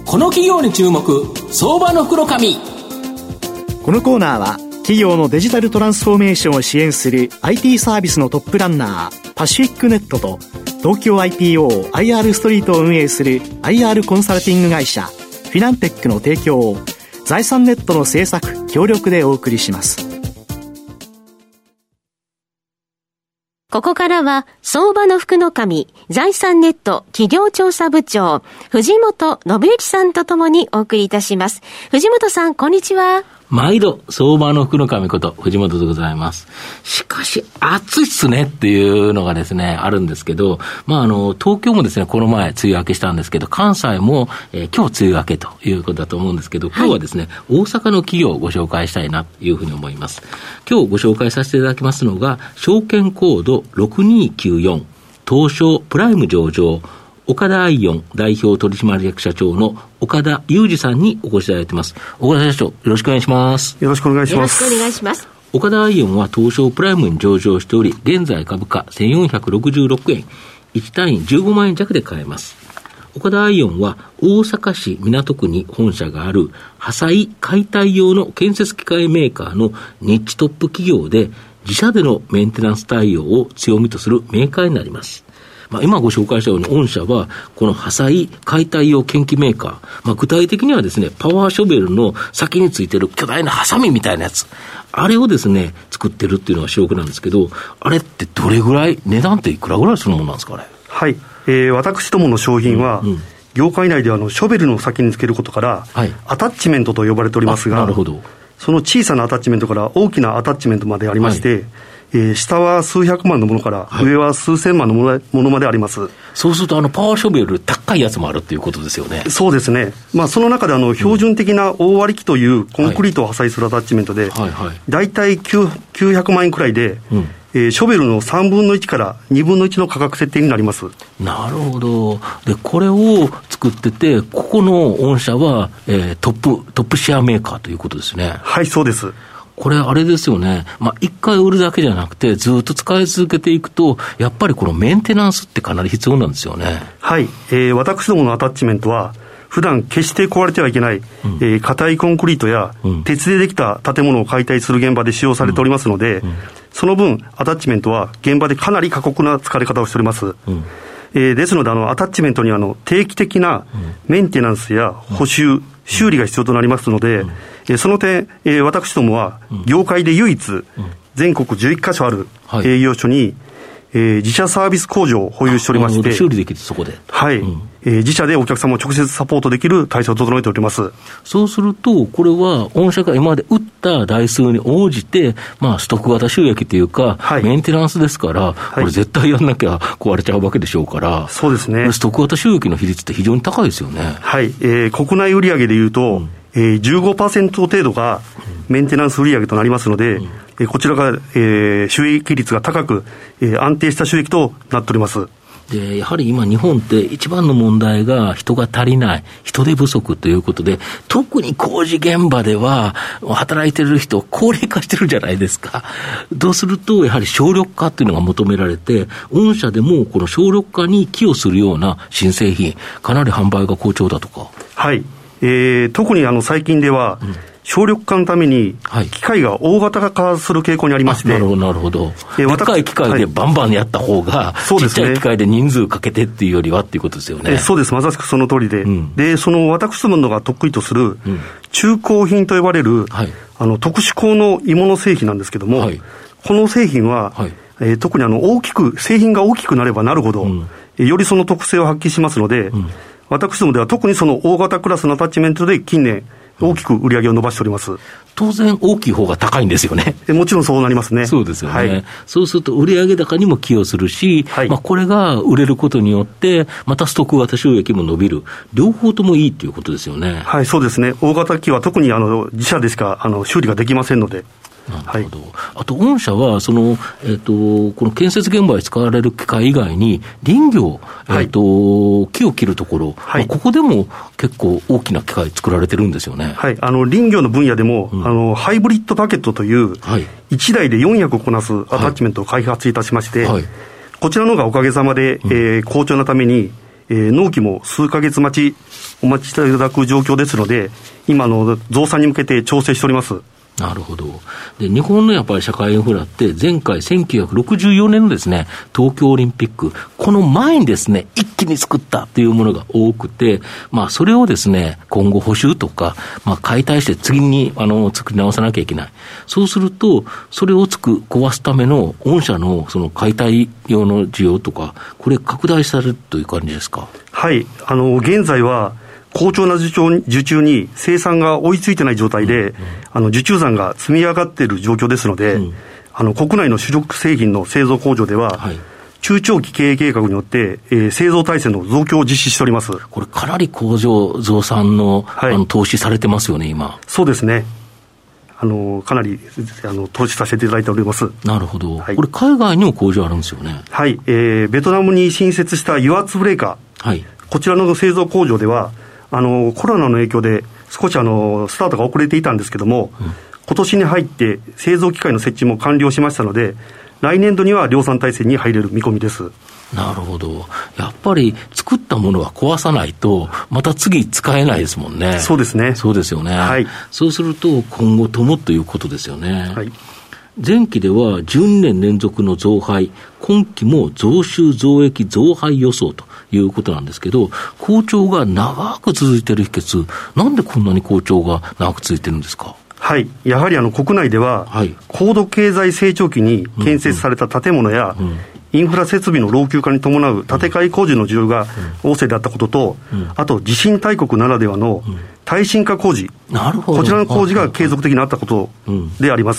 この企業に注目、相場の福の神。 このコーナーは企業のデジタルトランスフォーメーションを支援する IT サービスのトップランナーパシフィックネットと、東京 IPO IR ストリートを運営する IR コンサルティング会社フィナンテックの提供を財産ネットの制作協力でお送りします。 ここからは相場の福の神財産ネット企業調査部長藤本信之さんとともにお送りいたします。藤本さん、こんにちは。 毎度相場の福の神こと藤本でございます。しかし暑いっすねっていうのがですねあるんですけど、東京もですねこの前梅雨明けしたんですけど、関西も、今日梅雨明けということだと思うんですけど、今日はですね、大阪の企業をご紹介したいなというふうに思います。今日ご紹介させていただきますのが、証券コード6294東証プライム上場岡田アイオン代表取締役社長の岡田裕二さんにお越しいただいています。岡田社長、よろしくお願いします。 よろしくお願いします。 よろしくお願いします。 岡田アイオンは東証プライムに上場しており、現在株価1466円、1単位15万円弱で買えます。岡田アイオンは大阪市港区に本社がある破砕解体用の建設機械メーカーのニッチトップ企業で、自社でのメンテナンス対応を強みとするメーカーになります。今ご紹介したように御社はこの破砕解体用研機メーカー、具体的にはですね、パワーショベルの先についている巨大なハサミみたいなやつ、あれをですね作ってるっていうのが主力なんですけど、あれってどれぐらい、値段っていくらぐらいするものなんですかね。 はい、私どもの商品は、業界内ではショベルの先につけることから、アタッチメントと呼ばれておりますが、 なるほど。 その小さなアタッチメントから大きなアタッチメントまでありまして、下は数百万のものから、上は数千万のものまであります。 そうするとパワーショベル高いやつもあるっていうことですよね。 そうですね。その中で標準的な大割り機というコンクリートを破砕するアタッチメントで、だいたい900万円くらいで、ショベルの3分の1から2分の1の価格設定になります。 なるほど。でこれを作ってて、ここの御社は、トップシェアメーカーということですね。 はい、そうです。 これあれですよね。一回売るだけじゃなくてずっと使い続けていくと、やっぱりこのメンテナンスってかなり必要なんですよね。 はい、私どものアタッチメントは普段決して壊れてはいけない、硬いコンクリートや、鉄でできた建物を解体する現場で使用されておりますので、その分アタッチメントは現場でかなり過酷な使われ方をしております。ですのでアタッチメントには定期的なメンテナンスや補修、修理が必要となりますので、その点、私どもは業界で唯一、全国11カ所ある営業所に、自社サービス工場を保有しておりまして、 修理できる、そこで。 はい、自社でお客様を直接サポートできる体制を整えております。 そうすると、これは御社が今まで売った台数に応じて、ストック型収益というか、メンテナンスですから、これ絶対やんなきゃ壊れちゃうわけでしょうから、 そうですね。 ストック型収益の比率って非常に高いですよね。 はい、国内売上でいうと、15% 程度がメンテナンス売上となりますので、こちらが、収益率が高く、安定した収益となっております。 でやはり今日本って一番の問題が人が足りない、人手不足ということで、特に工事現場では働いてる人高齢化してるじゃないですか。どうするとやはり省力化っていうのが求められて、御社でもこの省力化に寄与するような新製品、かなり販売が好調だとか。 はい、特に最近では、省力化のために機械が大型化する傾向にありまして、 なるほどなるほど。でっかい機械でバンバンやった方が、ちっちゃい機械で人数かけてっていうよりはっていうことですよね。 そうです、まさしくその通りで、でその私どものが得意とする中工品と呼ばれる、特殊鋼の鋳物製品なんですけども、この製品は、特に製品が大きくなればなるほど、よりその特性を発揮しますので、私どもでは特にその大型クラスのアタッチメントで近年大きく売り上げを伸ばしております。 当然大きい方が高いんですよね。 もちろんそうなりますね。 そうですよね。そうすると売上高にも寄与するし、これが売れることによってまたストック型収益も伸びる、両方ともいいということですよね。 はい、そうですね。大型機は特に自社でしか修理ができませんので。 なるほど。あと御社はこの建設現場で使われる機械以外に林業、木を切るところ、ここでも結構大きな機械作られてるんですよね。 はい、林業の分野でも、ハイブリッドバケットという、1台で4役こなすアタッチメントを開発いたしまして、こちらのがおかげさまで、好調なために納期も数ヶ月お待ちいただく状況ですので、今増産に向けて調整しております。 なるほど。で、日本のやっぱり社会インフラって前回1964年のですね、東京オリンピック、この前にですね、一気に作ったというものが多くて、それをですね、今後補修とか、解体して次に作り直さなきゃいけない。そうすると、それを壊すための御社のその解体用の需要とか、これ拡大されるという感じですか？ はい。現在は、好調な受注に生産が追いついてない状態で、受注残が積み上がっている状況ですので、国内の主力製品の製造工場では、中長期経営計画によって、製造体制の増強を実施しております。 これかなり工場増産の、投資されてますよね、今。 そうですね。かなり投資させていただいております。 なるほど。これ海外にも工場あるんですよね。 はい。ベトナムに新設した油圧ブレーカー。こちらの製造工場では、コロナの影響で少しスタートが遅れていたんですけども、今年に入って製造機械の設置も完了しましたので、来年度には量産体制に入れる見込みです。 なるほど。やっぱり作ったものは壊さないとまた次使えないですもんね。 そうですね。 そうですよね。そうすると今後ともということですよね。前期では12年連続の増配、今期も増収増益増配予想ということなんですけど、好調が長く続いている秘訣、なんでこんなに好調が長く続いているんですか？ はい。やはり国内では、高度経済成長期に建設された建物や、インフラ設備の老朽化に伴う建て替え工事の需要が旺盛であったことと、あと地震大国ならではの耐震化工事、こちらの工事が継続的にあったことであります。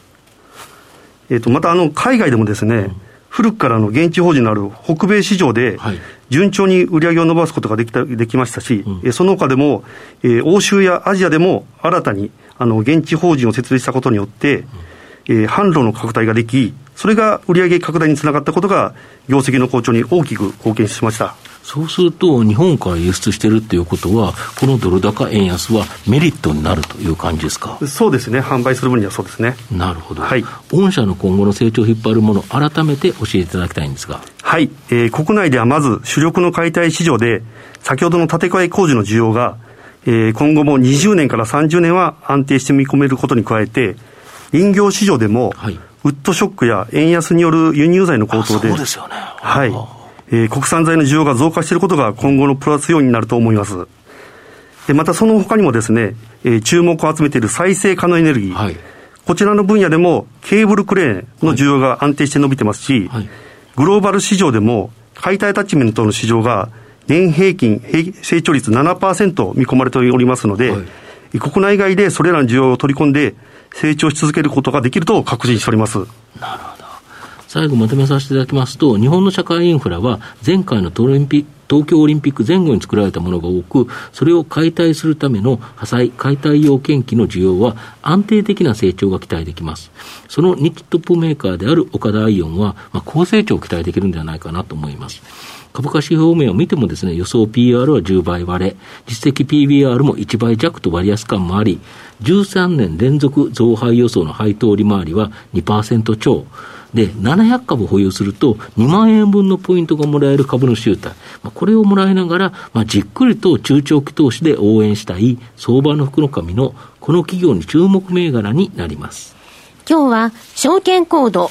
また海外でもですね、古くからの現地法人のある北米市場で順調に売り上げを伸ばすことができましたし、その他でも、欧州やアジアでも新たに現地法人を設立したことによって、販路の拡大ができ、それが売上拡大につながったことが業績の好調に大きく貢献しました。 そうすると日本から輸出しているということは、このドル高円安はメリットになるという感じですか？ そうですね。販売する分にはそうですね。 なるほど。御社の今後の成長を引っ張るもの、改めて教えていただきたいんですが。 はい。国内ではまず主力の解体市場で、先ほどの建て替え工事の需要が、今後も20年から30年は安定して見込めることに加えて、林業市場でも、ウッドショックや円安による輸入材の高騰で、 そうですよね。 国産材の需要が増加していることが今後のプラス要因になると思います。またその他にもですね、注目を集めている再生可能エネルギー、こちらの分野でもケーブルクレーンの需要が安定して伸びてますし、グローバル市場でも解体アタッチメントの市場が年平均成長率 7% 見込まれておりますので、国内外でそれらの需要を取り込んで成長し続けることができると確信しております。 なるほど。最後まとめさせていただきますと、日本の社会インフラは前回の東京オリンピック前後に作られたものが多く、それを解体するための破砕解体用建機の需要は安定的な成長が期待できます。その日トップメーカーである岡田アイオンは、高成長を期待できるんではないかなと思います。株価指標面を見てもですね、予想 PR は10倍割れ、実績 PBR も1倍弱と割安感もあり、13年連続増配予想の配当利回りは 2% 超。で、700株保有すると2万円分のポイントがもらえる株の集体。これをもらいながら、じっくりと中長期投資で応援したい相場の福の神のこの企業に注目銘柄になります。 今日は証券コード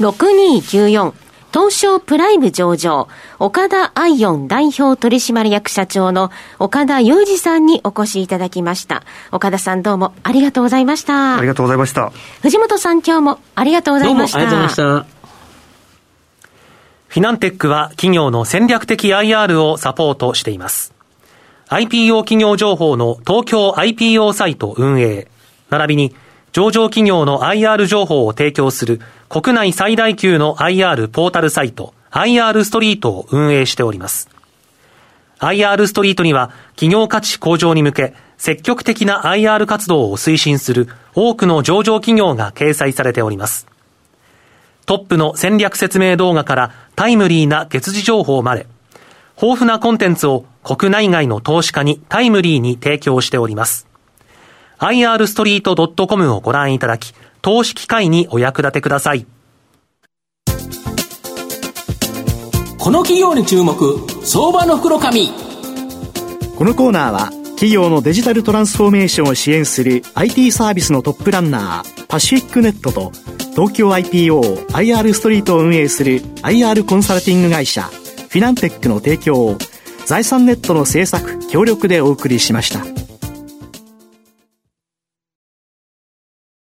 6214東証プライム上場岡田アイオン代表取締役社長の岡田裕二さんにお越しいただきました。岡田さん、どうもありがとうございました。 ありがとうございました。 藤本さん、今日もありがとうございました。 どうもありがとうございました。 フィナンテックは企業の戦略的 IR をサポートしています。IPO 企業情報の東京 IPO サイト運営、並びに上場企業の IR 情報を提供する国内最大級の IR ポータルサイト IR ストリートを運営しております。IR ストリートには企業価値向上に向け積極的な IR 活動を推進する多くの上場企業が掲載されております。トップの戦略説明動画からタイムリーな月次情報まで、豊富なコンテンツを国内外の投資家にタイムリーに提供しております。irstreet.com をご覧いただき、投資機会にお役立てください。 この企業に注目、 相場の福の神。 このコーナーは企業のデジタルトランスフォーメーションを支援する IT サービスのトップランナーパシフィックネットと東京 IPO、IR ストリートを運営する IR コンサルティング会社フィナンテックの提供を財産ネットの制作協力でお送りしました。